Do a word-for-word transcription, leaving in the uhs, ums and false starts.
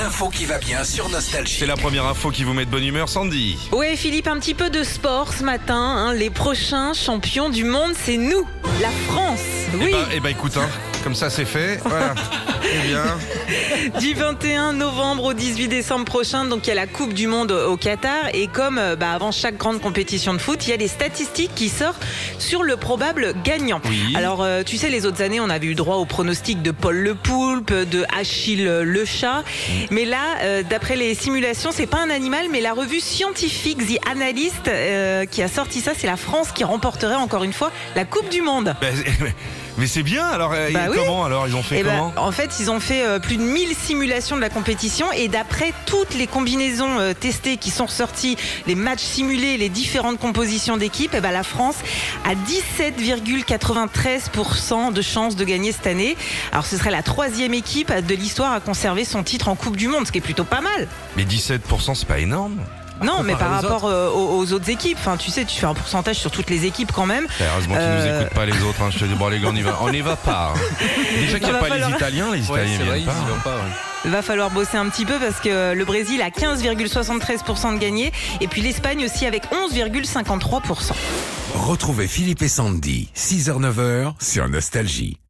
L'info qui va bien sur Nostalgie. C'est la première info qui vous met de bonne humeur, Sandy. Ouais Philippe, un petit peu de sport ce matin. Hein. Les prochains champions du monde, c'est nous, la France. Oui. Eh ben, eh ben écoute, hein, comme ça c'est fait. Voilà. Eh bien. Du vingt et un novembre au dix-huit décembre prochain, donc il y a la Coupe du Monde au Qatar. Et comme bah, avant chaque grande compétition de foot, il y a des statistiques qui sortent sur le probable gagnant. Oui. Alors euh, tu sais, les autres années, on avait eu droit au pronostic de Paul Le Poulpe, de Achille Le Chat. Mais là, euh, d'après les simulations, c'est pas un animal, mais la revue scientifique The Analyst euh, qui a sorti ça. C'est la France qui remporterait encore une fois la Coupe du Monde. Ben, mais c'est bien, alors euh, Bah oui. comment alors ils ont fait Eh ben, comment en fait, ils ont fait euh, plus de mille simulations de la compétition et d'après toutes les combinaisons euh, testées qui sont ressorties, les matchs simulés, les différentes compositions d'équipes, eh ben, la France a dix-sept virgule quatre-vingt-treize pour cent de chances de gagner cette année. Alors ce serait la troisième équipe de l'histoire à conserver son titre en Coupe du Monde, ce qui est plutôt pas mal. Mais dix-sept pour cent c'est pas énorme. Non, mais par aux rapport euh, aux, aux autres équipes, enfin, tu sais, tu fais un pourcentage sur toutes les équipes quand même. Heureusement qu'ils Euh, nous écoutent pas les autres, hein. Je te dis, bon les gars, on y va, on y va pas. hein. Déjà qu'il n'y a Va pas falloir- les Italiens, les Ouais, Italiens c'est vrai, viennent ils pas. y vont pas. ouais. Il va falloir bosser un petit peu parce que le Brésil a quinze virgule soixante-treize pour cent de gagnés et puis l'Espagne aussi avec onze virgule cinquante-trois pour cent. Retrouvez Philippe et Sandy, six heures neuf heures sur Nostalgie.